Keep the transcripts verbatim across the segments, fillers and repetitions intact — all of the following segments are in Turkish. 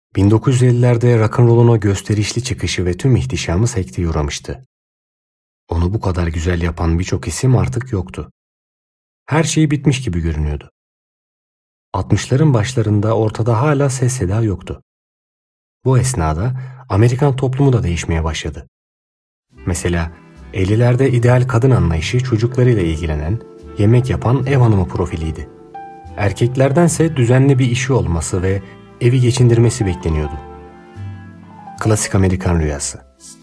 bin dokuz yüz ellilerde rock'n'roll'un o gösterişli çıkışı ve tüm ihtişamı sekteye uğramıştı. Onu bu kadar güzel yapan birçok isim artık yoktu. Her şey bitmiş gibi görünüyordu. altmışların başlarında ortada hala ses seda yoktu. Bu esnada Amerikan toplumu da değişmeye başladı. Mesela ellilerde ideal kadın anlayışı çocuklarıyla ilgilenen, yemek yapan ev hanımı profiliydi. Erkeklerdense düzenli bir işi olması ve evi geçindirmesi bekleniyordu. Klasik Amerikan rüyası.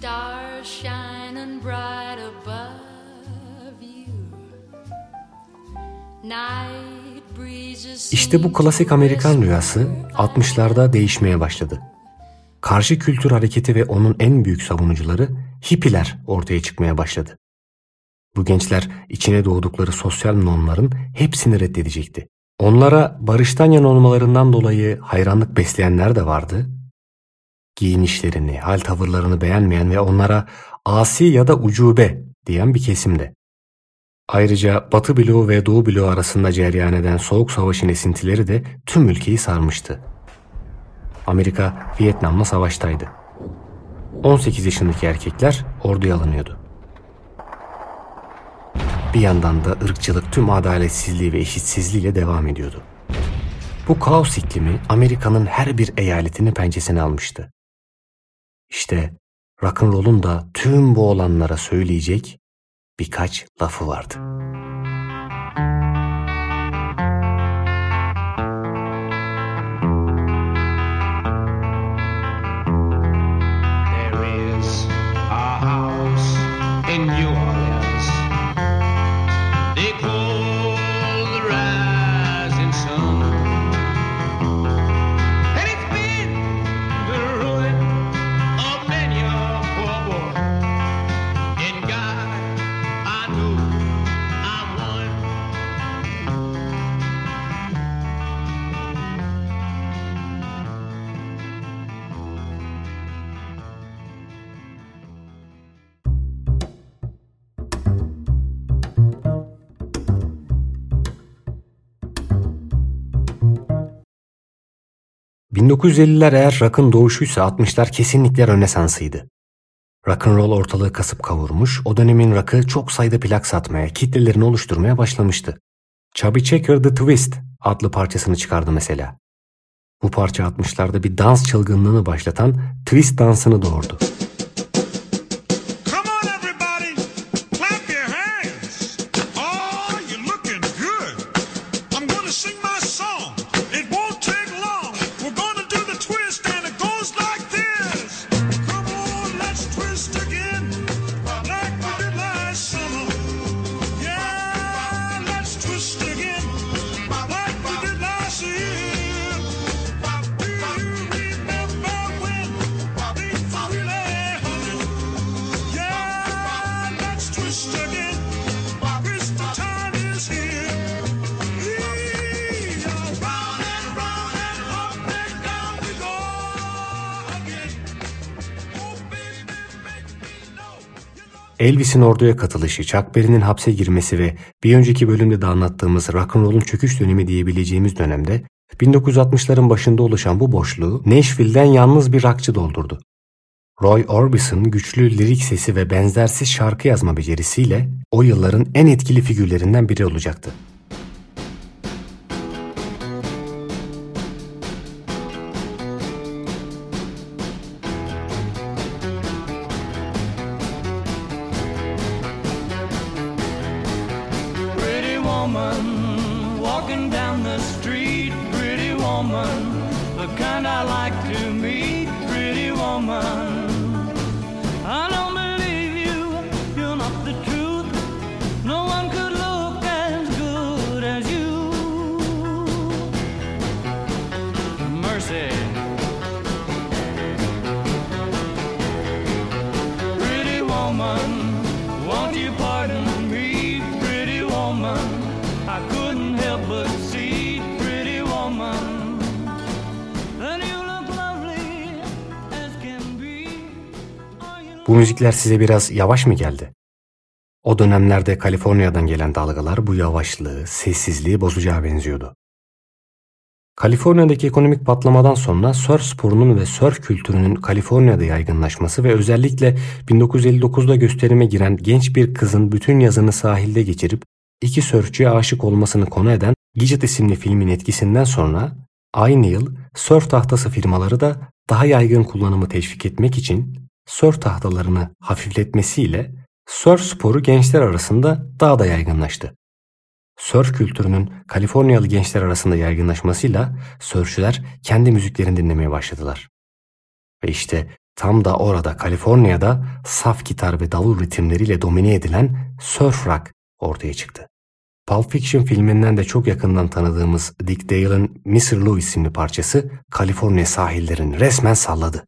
İşte bu klasik Amerikan rüyası altmışlarda değişmeye başladı. Karşı kültür hareketi ve onun en büyük savunucuları hippiler ortaya çıkmaya başladı. Bu gençler içine doğdukları sosyal normların hepsini reddedecekti. Onlara barıştan yana olmalarından dolayı hayranlık besleyenler de vardı. Giyinişlerini, hal tavırlarını beğenmeyen ve onlara asi ya da ucube diyen bir kesim de. Ayrıca Batı bloğu ve Doğu bloğu arasında cereyan eden Soğuk Savaş'ın esintileri de tüm ülkeyi sarmıştı. Amerika Vietnam'la savaştaydı. on sekiz yaşındaki erkekler orduya alınıyordu. Bir yandan da ırkçılık tüm adaletsizliği ve eşitsizliğiyle devam ediyordu. Bu kaos iklimi Amerika'nın her bir eyaletini pençesine almıştı. İşte rock'n'roll'un da tüm bu olanlara söyleyecek birkaç lafı vardı. There is a house in New Orleans. They call the rising sun. And it's been the ruin of many a poor boy. In God, I know I'm one. bin dokuz yüz elliler eğer rock'ın doğuşuysa altmışlar kesinlikle Rönesans'ıydı. Rock'n'roll ortalığı kasıp kavurmuş, o dönemin rock'ı çok sayıda plak satmaya, kitlelerini oluşturmaya başlamıştı. Chubby Checker The Twist adlı parçasını çıkardı mesela. Bu parça altmışlarda bir dans çılgınlığını başlatan twist dansını doğurdu. Come on, everybody, clap your hands. Oh, you're looking good. I'm gonna sing my song. It won't take long. We're gonna do the twist, and it goes like this. Come on, let's twist again, like we did last summer. Yeah, let's twist again, like we did last year. Do you remember when things really happened? Yeah, let's twist again. Twist the time is here. Yeah, round and round and up and down we go again. Oh baby, make me know you love. Elvis'in orduya katılışı, Chuck Berry'nin hapse girmesi ve bir önceki bölümde de anlattığımız rock'n'roll'un çöküş dönemi diyebileceğimiz dönemde bin dokuz yüz altmışların başında oluşan bu boşluğu Nashville'den yalnız bir rockçı doldurdu. Roy Orbison güçlü lirik sesi ve benzersiz şarkı yazma becerisiyle o yılların en etkili figürlerinden biri olacaktı. Pretty woman, walking down the street. Pretty woman, the kind I like to meet. Pretty woman, I don't believe you, you're not the truth. No one could look as good as you. Mercy. Pretty woman, won't you pardon me? Pretty woman, I couldn't help but see. Pretty woman, and you look lovely as can be. Are you Bu müzikler size biraz yavaş mı geldi? O dönemlerde Kaliforniya'dan gelen dalgalar bu yavaşlığı, sessizliği bozacağı benziyordu. Kaliforniya'daki ekonomik patlamadan sonra sörf sporunun ve sörf kültürünün Kaliforniya'da yaygınlaşması ve özellikle bin dokuz yüz elli dokuzda gösterime giren genç bir kızın bütün yazını sahilde geçirip iki sörfçüye aşık olmasını konu eden Gidget isimli filmin etkisinden sonra aynı yıl sörf tahtası firmaları da daha yaygın kullanımı teşvik etmek için sörf tahtalarını hafifletmesiyle sörf sporu gençler arasında daha da yaygınlaştı. Sörf kültürünün Kaliforniyalı gençler arasında yaygınlaşmasıyla sörfçüler kendi müziklerini dinlemeye başladılar. Ve işte tam da orada Kaliforniya'da saf gitar ve davul ritimleriyle domine edilen sörf rock ortaya çıktı. Pulp Fiction filminden de çok yakından tanıdığımız Dick Dale'ın mister Lou isimli parçası Kaliforniya sahillerini resmen salladı.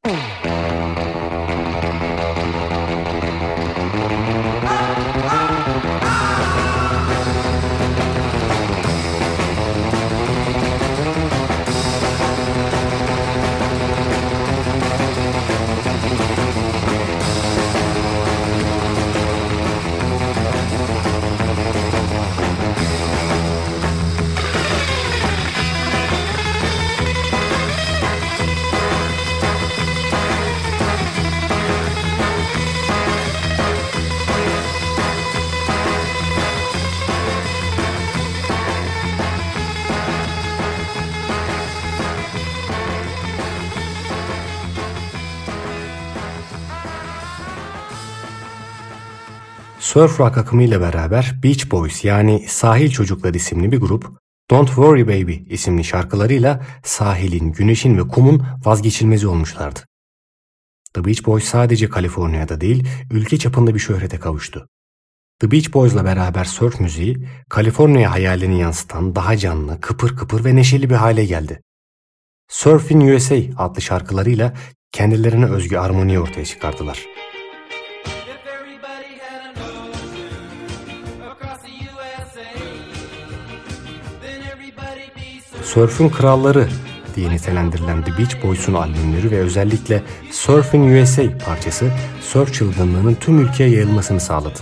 Surf rock akımıyla beraber Beach Boys yani Sahil Çocuklar isimli bir grup Don't Worry Baby isimli şarkılarıyla sahilin, güneşin ve kumun vazgeçilmezi olmuşlardı. The Beach Boys sadece Kaliforniya'da değil, ülke çapında bir şöhrete kavuştu. The Beach Boys'la beraber surf müziği, Kaliforniya hayalini yansıtan daha canlı, kıpır kıpır ve neşeli bir hale geldi. Surfin U S A adlı şarkılarıyla kendilerine özgü armoniyi ortaya çıkardılar. Surf'ün kralları diye nitelendirilen The Beach Boys'un albümleri ve özellikle Surfin U S A parçası surf çılgınlığının tüm ülkeye yayılmasını sağladı.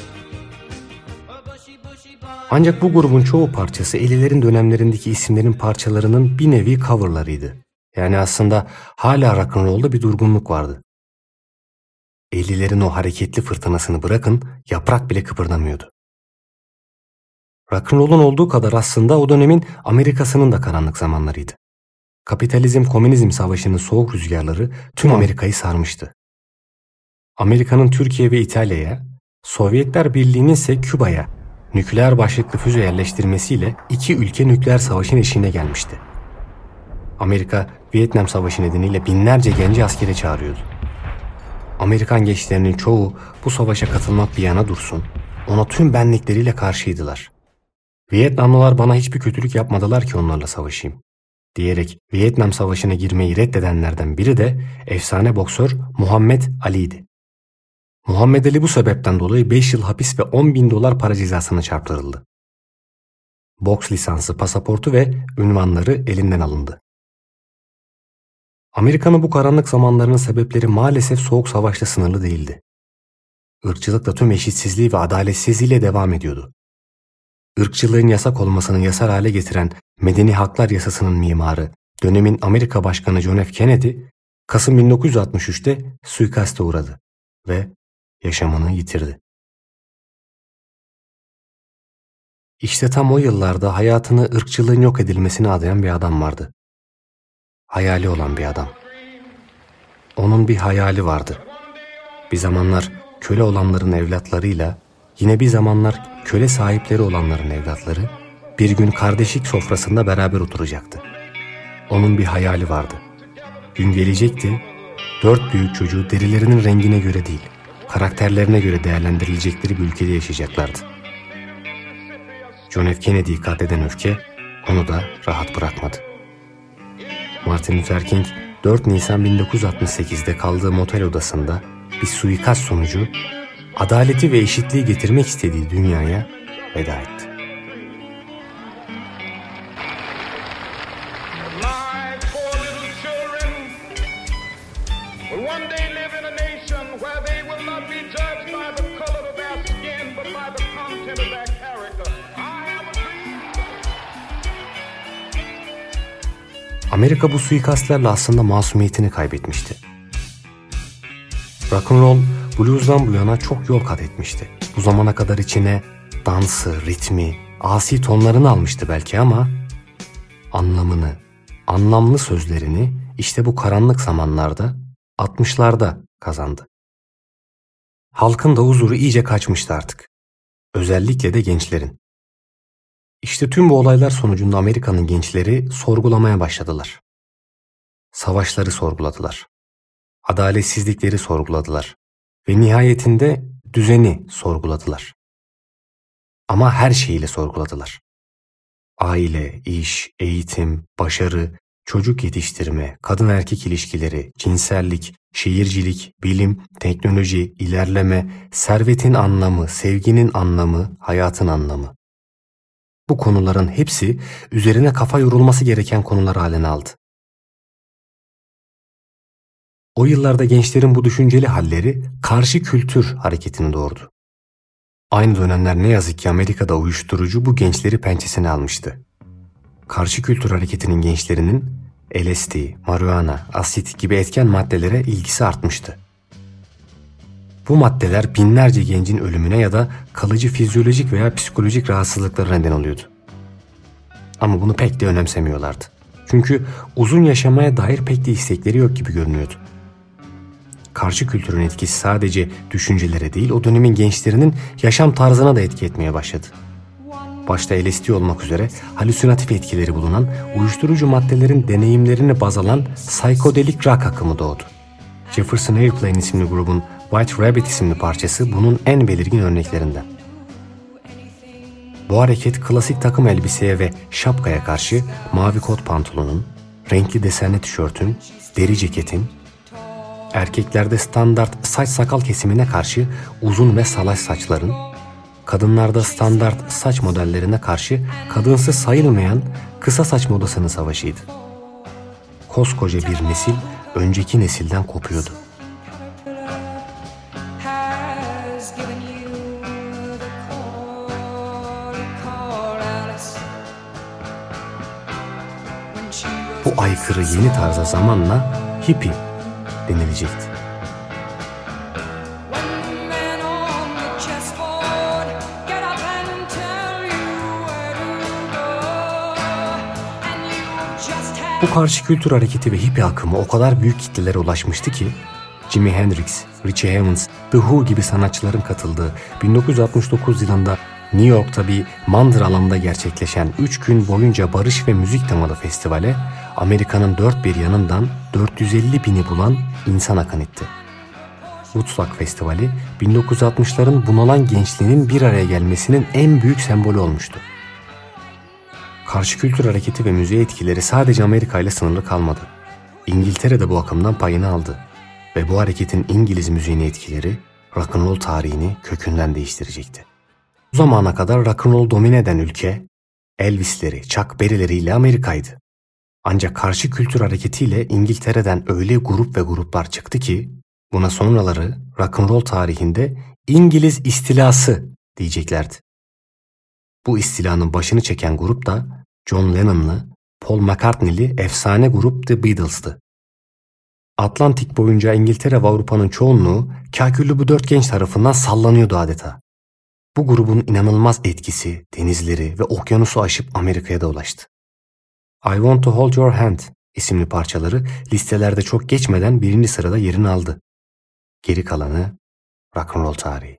Ancak bu grubun çoğu parçası ellilerin dönemlerindeki isimlerin parçalarının bir nevi coverlarıydı. Yani aslında hala rock'n'roll'da bir durgunluk vardı. ellilerin o hareketli fırtınasını bırakın, yaprak bile kıpırdamıyordu. Rock'n'roll'un olduğu kadar aslında o dönemin Amerika'sının da karanlık zamanlarıydı. Kapitalizm-komünizm savaşının soğuk rüzgarları tüm Amerika'yı sarmıştı. Amerika'nın Türkiye ve İtalya'ya, Sovyetler Birliği'nin ise Küba'ya nükleer başlıklı füze yerleştirmesiyle iki ülke nükleer savaşın eşiğine gelmişti. Amerika, Vietnam Savaşı nedeniyle binlerce genci askere çağırıyordu. Amerikan gençlerinin çoğu bu savaşa katılmak bir yana dursun, ona tüm benlikleriyle karşıydılar. Vietnamlılar bana hiçbir kötülük yapmadılar ki onlarla savaşayım, diyerek Vietnam Savaşı'na girmeyi reddedenlerden biri de efsane boksör Muhammed Ali'ydi. Muhammed Ali bu sebepten dolayı beş yıl hapis ve on bin dolar para cezasına çarptırıldı. Boks lisansı, pasaportu ve ünvanları elinden alındı. Amerika'nın bu karanlık zamanlarının sebepleri maalesef soğuk savaşta sınırlı değildi. Irkçılık da tüm eşitsizliği ve adaletsizliğiyle devam ediyordu. Irkçılığın yasak olmasını yasal hale getiren Medeni Haklar Yasası'nın mimarı, dönemin Amerika Başkanı John F. Kennedy, Kasım bin dokuz yüz altmış üçte suikaste uğradı ve yaşamını yitirdi. İşte tam o yıllarda hayatını ırkçılığın yok edilmesine adayan bir adam vardı. Hayali olan bir adam. Onun bir hayali vardı. Bir zamanlar köle olanların evlatlarıyla, yine bir zamanlar köle sahipleri olanların evlatları bir gün kardeşlik sofrasında beraber oturacaktı. Onun bir hayali vardı. Gün gelecekti, dört büyük çocuğu derilerinin rengine göre değil, karakterlerine göre değerlendirilecekleri bir ülkede yaşayacaklardı. John F. Kennedy'yi katleden öfke onu da rahat bırakmadı. Martin Luther King dört Nisan bin dokuz yüz altmış sekizde kaldığı motel odasında bir suikast sonucu adaleti ve eşitliği getirmek istediği dünyaya veda etti. Amerika bu suikastlerle aslında masumiyetini kaybetmişti. Rock'n'roll blues'dan bu yana çok yol kat etmişti. Bu zamana kadar içine dansı, ritmi, asi tonlarını almıştı belki ama anlamını, anlamlı sözlerini işte bu karanlık zamanlarda, altmışlarda kazandı. Halkın da huzuru iyice kaçmıştı artık. Özellikle de gençlerin. İşte tüm bu olaylar sonucunda Amerika'nın gençleri sorgulamaya başladılar. Savaşları sorguladılar. Adaletsizlikleri sorguladılar. Ve nihayetinde düzeni sorguladılar. Ama her şeyiyle sorguladılar. Aile, iş, eğitim, başarı, çocuk yetiştirme, kadın erkek ilişkileri, cinsellik, şehircilik, bilim, teknoloji, ilerleme, servetin anlamı, sevginin anlamı, hayatın anlamı. Bu konuların hepsi üzerine kafa yorulması gereken konular haline aldı. O yıllarda gençlerin bu düşünceli halleri karşı kültür hareketini doğurdu. Aynı dönemler ne yazık ki Amerika'da uyuşturucu bu gençleri pençesine almıştı. Karşı kültür hareketinin gençlerinin L S D, marihuana, asit gibi etken maddelere ilgisi artmıştı. Bu maddeler binlerce gencin ölümüne ya da kalıcı fizyolojik veya psikolojik rahatsızlıklara neden oluyordu. Ama bunu pek de önemsemiyorlardı. Çünkü uzun yaşamaya dair pek de istekleri yok gibi görünüyordu. Karşı kültürün etkisi sadece düşüncelere değil, o dönemin gençlerinin yaşam tarzına da etki etmeye başladı. Başta L S D olmak üzere halüsinatif etkileri bulunan, uyuşturucu maddelerin deneyimlerini baz alan psikodelik rock akımı doğdu. Jefferson Airplane isimli grubun White Rabbit isimli parçası bunun en belirgin örneklerinden. Bu hareket klasik takım elbiseye ve şapkaya karşı mavi kot pantolonun, renkli desenli tişörtün, deri ceketin, erkeklerde standart saç sakal kesimine karşı uzun ve salaş saçların, kadınlarda standart saç modellerine karşı kadınsı sayılmayan kısa saç modasının savaşıydı. Koskoca bir nesil önceki nesilden kopuyordu. Bu aykırı yeni tarza zamanla hippie denilecekti. Bu karşı kültür hareketi ve hippie akımı o kadar büyük kitlelere ulaşmıştı ki Jimi Hendrix, Richie Havens, The Who gibi sanatçıların katıldığı bin dokuz yüz altmış dokuz yılında New York'ta bir mandıra alanında gerçekleşen üç gün boyunca barış ve müzik temalı festivale Amerika'nın dört bir yanından dört yüz elli bini bulan insan akın etti. Woodstock Festivali bin dokuz yüz altmışların bunalan gençliğinin bir araya gelmesinin en büyük sembolü olmuştu. Karşı kültür hareketi ve müziğe etkileri sadece Amerika ile sınırlı kalmadı. İngiltere de bu akımdan payını aldı ve bu hareketin İngiliz müziğine etkileri rock'n'roll tarihini kökünden değiştirecekti. Bu zamana kadar rock'n'roll domine eden ülke Elvis'leri, Chuck Berry'leri ile Amerika'ydı. Ancak karşı kültür hareketiyle İngiltere'den öyle grup ve gruplar çıktı ki buna sonraları rock'n'roll tarihinde İngiliz istilası diyeceklerdi. Bu istilanın başını çeken grup da John Lennon'lı, Paul McCartney'li efsane grup The Beatles'tı. Atlantik boyunca İngiltere ve Avrupa'nın çoğunluğu kâküllü bu dört genç tarafından sallanıyordu adeta. Bu grubun inanılmaz etkisi denizleri ve okyanusu aşıp Amerika'ya da ulaştı. I Want to Hold Your Hand isimli parçaları listelerde çok geçmeden birinci sırada yerini aldı. Geri kalanı rock'n'roll tarihi.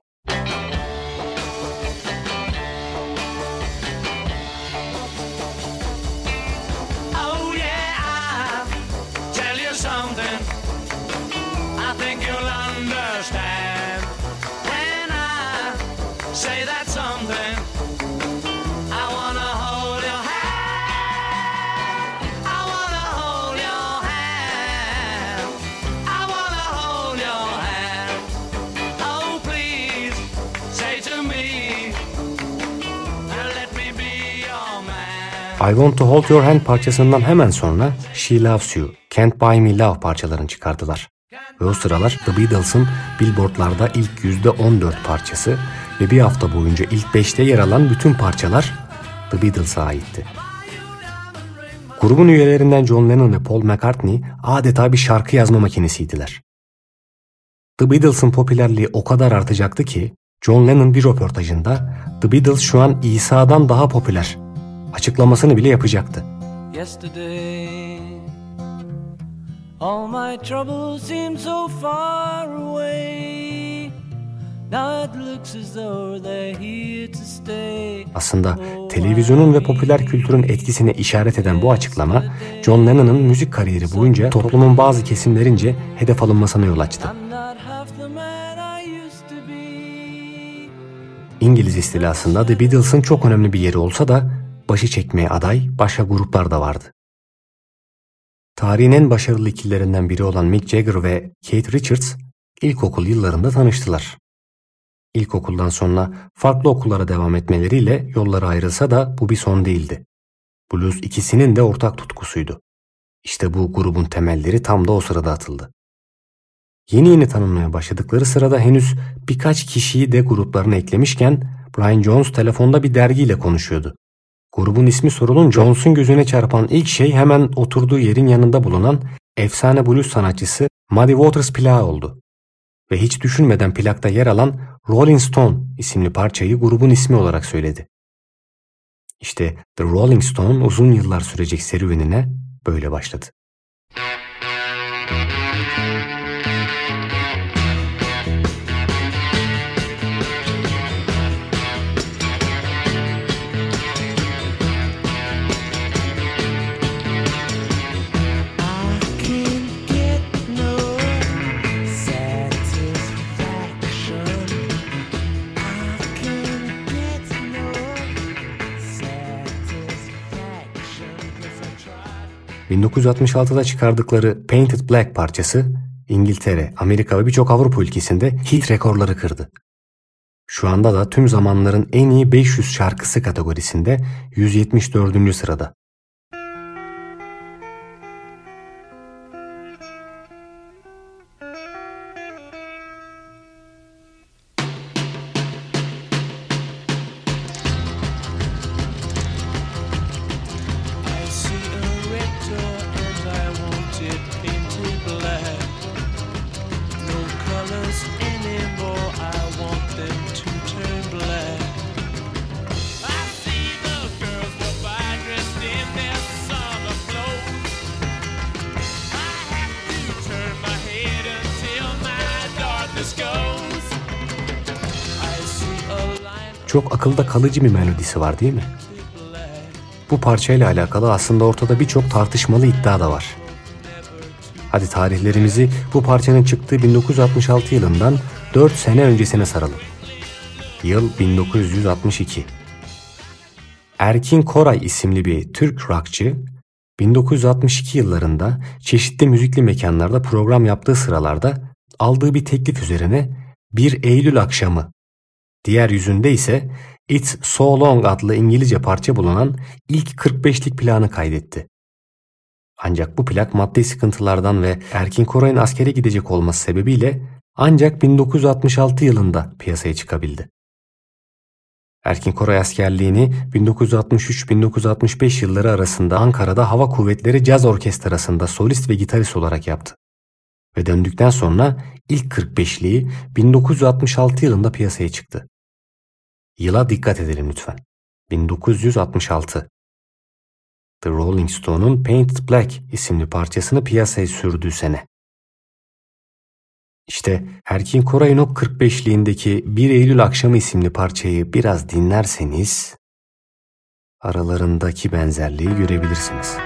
Oh yeah, I'll tell you something I think you'll understand when I say that something. I wanna hold your hand. I wanna hold your hand. I wanna hold your hand. Oh please say to me, let me be your man. I Want to Hold Your Hand parçasından hemen sonra She Loves You, Can't Buy Me Love parçalarını çıkardılar. Ve o sıralar The Beatles'ın Billboard'larda ilk yüzde on dört parçası ve bir hafta boyunca ilk beşte yer alan bütün parçalar The Beatles'a aitti. Grubun üyelerinden John Lennon ve Paul McCartney adeta bir şarkı yazma makinesiydiler. The Beatles'ın popülerliği o kadar artacaktı ki John Lennon bir röportajında The Beatles şu an İsa'dan daha popüler açıklamasını bile yapacaktı. Yesterday, all my troubles seem so far away. Now it looks as though they're here to stay. Aslında televizyonun ve popüler kültürün etkisine işaret eden bu açıklama, John Lennon'ın müzik kariyeri boyunca toplumun bazı kesimlerince hedef alınmasına yol açtı. İngiliz istilasında The Beatles'ın çok önemli bir yeri olsa da başı çekmeye aday başka gruplar da vardı. Tarihin en başarılı ikililerinden biri olan Mick Jagger ve Keith Richards ilkokul yıllarında tanıştılar. İlkokuldan sonra farklı okullara devam etmeleriyle yolları ayrılsa da bu bir son değildi. Blues ikisinin de ortak tutkusuydu. İşte bu grubun temelleri tam da o sırada atıldı. Yeni yeni tanınmaya başladıkları sırada henüz birkaç kişiyi de gruplarına eklemişken Brian Jones telefonda bir dergiyle konuşuyordu. Grubun ismi sorulunca Jones'un gözüne çarpan ilk şey hemen oturduğu yerin yanında bulunan efsane blues sanatçısı Muddy Waters plağı oldu. Ve hiç düşünmeden plakta yer alan Rolling Stone isimli parçayı grubun ismi olarak söyledi. İşte The Rolling Stone uzun yıllar sürecek serüvenine böyle başladı. bin dokuz yüz altmış altıda çıkardıkları Painted Black parçası İngiltere, Amerika ve birçok Avrupa ülkesinde hit rekorları kırdı. Şu anda da tüm zamanların en iyi beş yüz şarkısı kategorisinde yüz yetmiş dördüncü sırada. Çok akılda kalıcı bir melodisi var değil mi? Bu parçayla alakalı aslında ortada birçok tartışmalı iddia da var. Hadi tarihlerimizi bu parçanın çıktığı bin dokuz yüz altmış altı yılından dört sene öncesine saralım. Yıl bin dokuz yüz altmış iki. Erkin Koray isimli bir Türk rockçı bin dokuz yüz altmış iki yıllarında çeşitli müzikli mekanlarda program yaptığı sıralarda aldığı bir teklif üzerine bir Eylül akşamı, diğer yüzünde ise It's So Long adlı İngilizce parça bulunan ilk kırk beşlik plağını kaydetti. Ancak bu plak maddi sıkıntılardan ve Erkin Koray'ın askere gidecek olması sebebiyle ancak bin dokuz yüz altmış altı yılında piyasaya çıkabildi. Erkin Koray askerliğini bin dokuz yüz altmış üç bin dokuz yüz altmış beş yılları arasında Ankara'da Hava Kuvvetleri Caz Orkestrası'nda solist ve gitarist olarak yaptı. Ve döndükten sonra ilk kırk beşliği bin dokuz yüz altmış altı yılında piyasaya çıktı. Yıla dikkat edelim lütfen. bin dokuz yüz altmış altı. The Rolling Stone'un Painted Black isimli parçasını piyasaya sürdüğü sene. İşte Erkin Koray'ın o kırk beşliğindeki bir Eylül akşamı isimli parçayı biraz dinlerseniz aralarındaki benzerliği görebilirsiniz.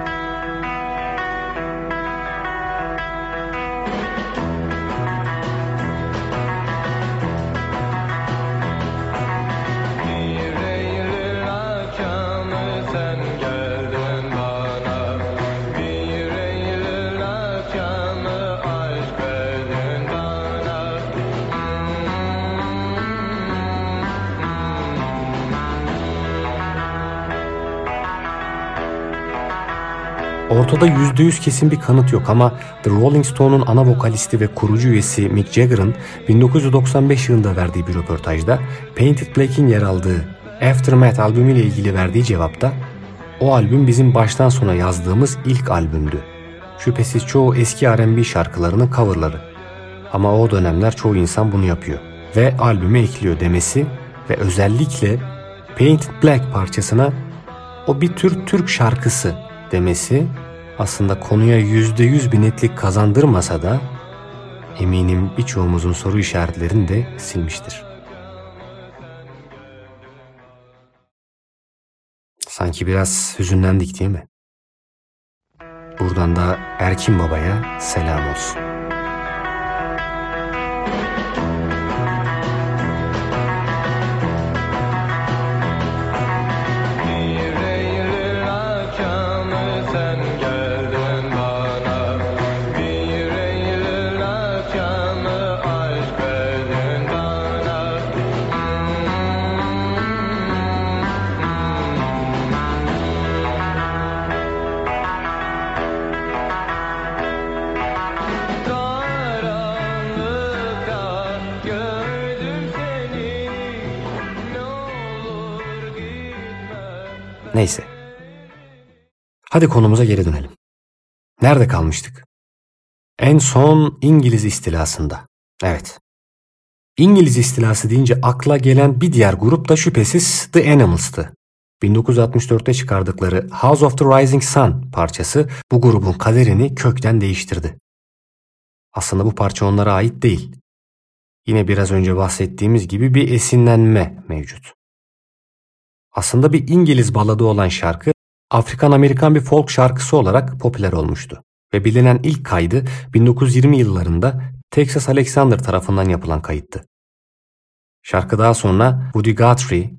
Ortada yüzde yüz kesin bir kanıt yok ama The Rolling Stone'un ana vokalisti ve kurucu üyesi Mick Jagger'ın bin dokuz yüz doksan beş yılında verdiği bir röportajda Painted Black'in yer aldığı Aftermath albümüyle ilgili verdiği cevapta O albüm bizim baştan sona yazdığımız ilk albümdü. Şüphesiz çoğu eski R and B şarkılarının coverları. Ama o dönemler çoğu insan bunu yapıyor ve albüme ekliyor demesi ve özellikle Painted Black parçasına o bir tür Türk şarkısı demesi aslında konuya yüzde yüz bir netlik kazandırmasa da eminim birçoğumuzun soru işaretlerini de silmiştir. Sanki biraz hüzünlendik değil mi? Buradan da Erkin Baba'ya selam olsun. Neyse. Hadi konumuza geri dönelim. Nerede kalmıştık? En son İngiliz istilasında. Evet. İngiliz istilası deyince akla gelen bir diğer grup da şüphesiz The Animals'tı. bin dokuz yüz altmış dörtte çıkardıkları House of the Rising Sun parçası bu grubun kaderini kökten değiştirdi. Aslında bu parça onlara ait değil. Yine biraz önce bahsettiğimiz gibi bir esinlenme mevcut. Aslında bir İngiliz balladı olan şarkı Afrikan-Amerikan bir folk şarkısı olarak popüler olmuştu. Ve bilinen ilk kaydı bin dokuz yüz yirmi yıllarında Texas Alexander tarafından yapılan kayıttı. Şarkı daha sonra Woody Guthrie,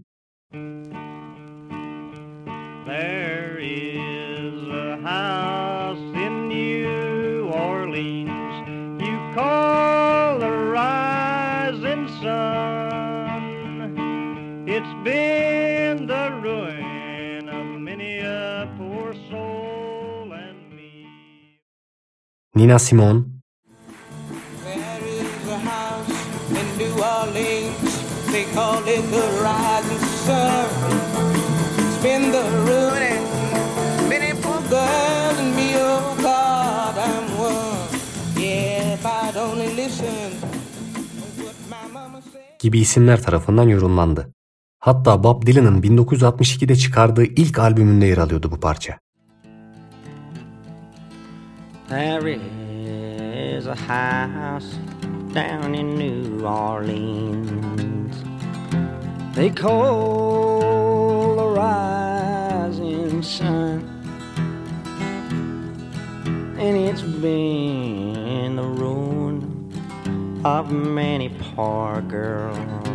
There is a house in New Orleans you call the rising sun. It's been the ruin of many a poor soul and me. Nina Simone, There is a house in New Orleans, they call it the rising sun. It's been the ruin, many poor girls and me, oh God, I'm one. Yeah, if I'd only listen to what my mama said. gibi isimler tarafından yorumlandı. Hatta Bob Dylan'ın bin dokuz yüz altmış ikide çıkardığı ilk albümünde yer alıyordu bu parça. There is a house down in New Orleans they call the rising sun, and it's been the ruin of many poor girls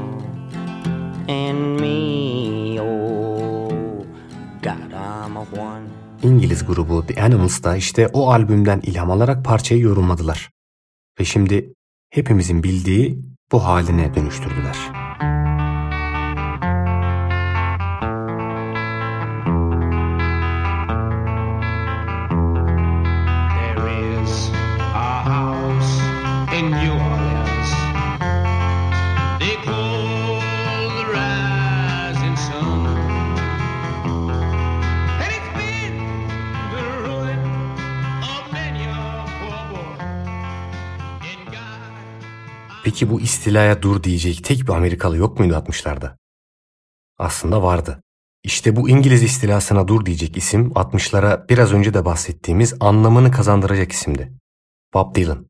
and me, oh God, I'm a one. İngiliz grubu The Animals da işte o albümden ilham alarak parçayı yorumladılar. Ve şimdi hepimizin bildiği bu haline dönüştürdüler. There is a house in New Orleans they call the rising sun, and it's been the ruin of many a poor boy. In God, Peki bu istilaya dur diyecek tek bir Amerikalı yok muydu altmışlarda? Aslında vardı. İşte bu İngiliz istilasına dur diyecek isim altmışlara biraz önce de bahsettiğimiz anlamını kazandıracak isimdi. Bob Dylan.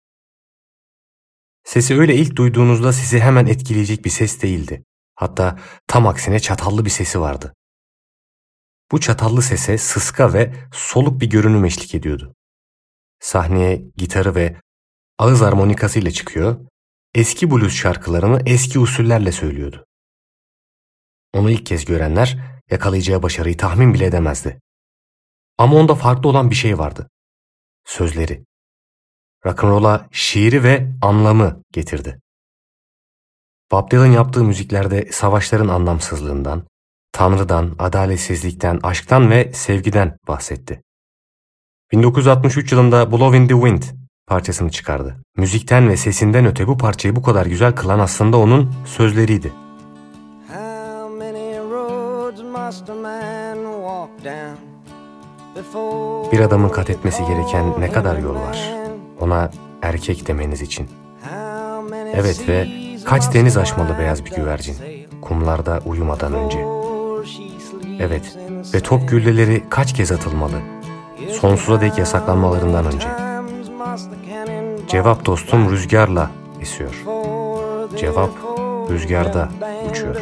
Sesi öyle ilk duyduğunuzda sizi hemen etkileyecek bir ses değildi. Hatta tam aksine çatallı bir sesi vardı. Bu çatallı sese sıska ve soluk bir görünüm eşlik ediyordu. Sahneye gitarı ve ağız harmonikasıyla çıkıyor, eski blues şarkılarını eski usullerle söylüyordu. Onu ilk kez görenler yakalayacağı başarıyı tahmin bile edemezdi. Ama onda farklı olan bir şey vardı. Sözleri. Rock'n'roll'a şiiri ve anlamı getirdi. Bob Dylan yaptığı müziklerde savaşların anlamsızlığından, Tanrı'dan, adaletsizlikten, aşktan ve sevgiden bahsetti. bin dokuz yüz altmış üç yılında Blow in the Wind parçasını çıkardı. Müzikten ve sesinden öte bu parçayı bu kadar güzel kılan aslında onun sözleriydi. How many roads must a man walk Bir adamın kat etmesi gereken ne kadar yol var ona erkek demeniz için. Evet ve kaç deniz aşmalı beyaz bir güvercin kumlarda uyumadan önce. Evet ve top gülleleri kaç kez atılmalı sonsuza dek yasaklanmalarından önce. Cevap dostum rüzgarla esiyor. Cevap rüzgarda uçuyor.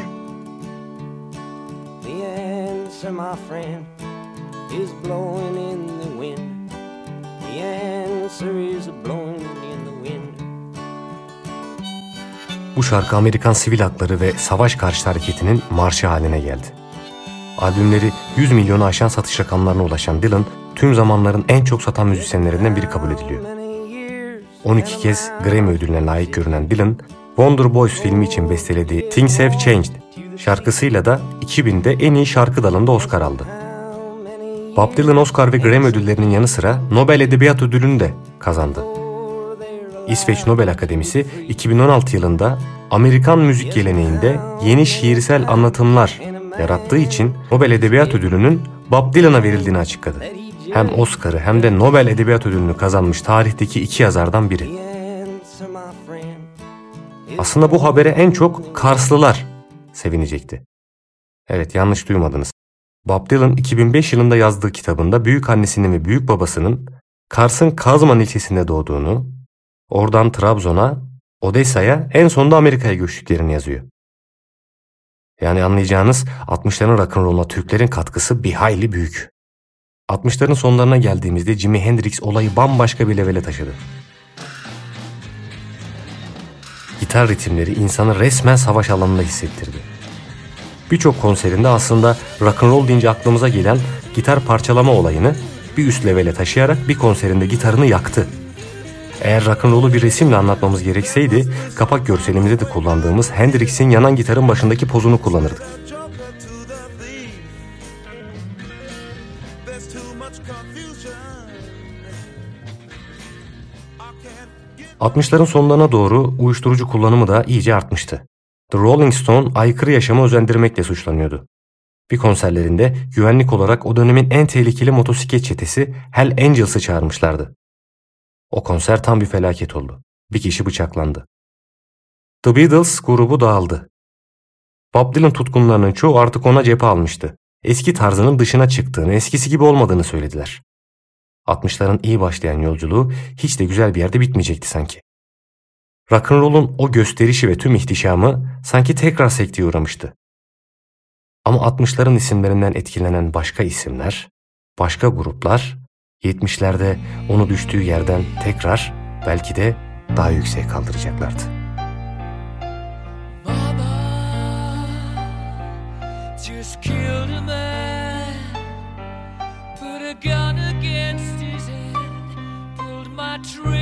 Bu şarkı Amerikan sivil hakları ve savaş karşıtı hareketinin marşı haline geldi. Albümleri yüz milyonu aşan satış rakamlarına ulaşan Dylan, tüm zamanların en çok satan müzisyenlerinden biri kabul ediliyor. on iki kez Grammy ödülüne layık görünen Dylan, Wonder Boys filmi için bestelediği Things Have Changed şarkısıyla da iki binde en iyi şarkı dalında Oscar aldı. Bob Dylan Oscar ve Grammy ödüllerinin yanı sıra Nobel Edebiyat Ödülünü de kazandı. İsveç Nobel Akademisi iki bin on altı yılında Amerikan müzik geleneğinde yeni şiirsel anlatımlar yarattığı için Nobel Edebiyat Ödülü'nün Bob Dylan'a verildiğini açıkladı. Hem Oscar'ı hem de Nobel Edebiyat Ödülünü kazanmış tarihteki iki yazardan biri. Aslında bu habere en çok Karslılar sevinecekti. Evet, yanlış duymadınız. Bob Dylan iki bin beş yılında yazdığı kitabında büyükannesinin ve büyükbabasının Kars'ın Kazman ilçesinde doğduğunu, oradan Trabzon'a, Odessa'ya, en sonunda Amerika'ya göçtüklerini yazıyor. Yani anlayacağınız altmışların rock'n'roll'una Türklerin katkısı bir hayli büyük. altmışların sonlarına geldiğimizde Jimi Hendrix olayı bambaşka bir levele taşıdı. Gitar ritimleri insanı resmen savaş alanında hissettirdi. Birçok konserinde aslında rock'n'roll deyince aklımıza gelen gitar parçalama olayını bir üst levele taşıyarak bir konserinde gitarını yaktı. Eğer rock'n'roll'u bir resimle anlatmamız gerekseydi, kapak görselimizde de kullandığımız Hendrix'in yanan gitarın başındaki pozunu kullanırdık. altmışların sonlarına doğru uyuşturucu kullanımı da iyice artmıştı. The Rolling Stone aykırı yaşamı özendirmekle suçlanıyordu. Bir konserlerinde güvenlik olarak o dönemin en tehlikeli motosiklet çetesi Hell Angels'ı çağırmışlardı. O konser tam bir felaket oldu. Bir kişi bıçaklandı. The Beatles grubu dağıldı. Bob Dylan tutkunlarının çoğu artık ona cephe almıştı. Eski tarzının dışına çıktığını, eskisi gibi olmadığını söylediler. altmışların iyi başlayan yolculuğu hiç de güzel bir yerde bitmeyecekti sanki. Rock'n'roll'un o gösterişi ve tüm ihtişamı sanki tekrar sekteye uğramıştı. Ama altmışların isimlerinden etkilenen başka isimler, başka gruplar, yetmişlerde onu düştüğü yerden tekrar belki de daha yüksek kaldıracaklardı. Mama just killed a man, put a gun against his head, pulled my trigger.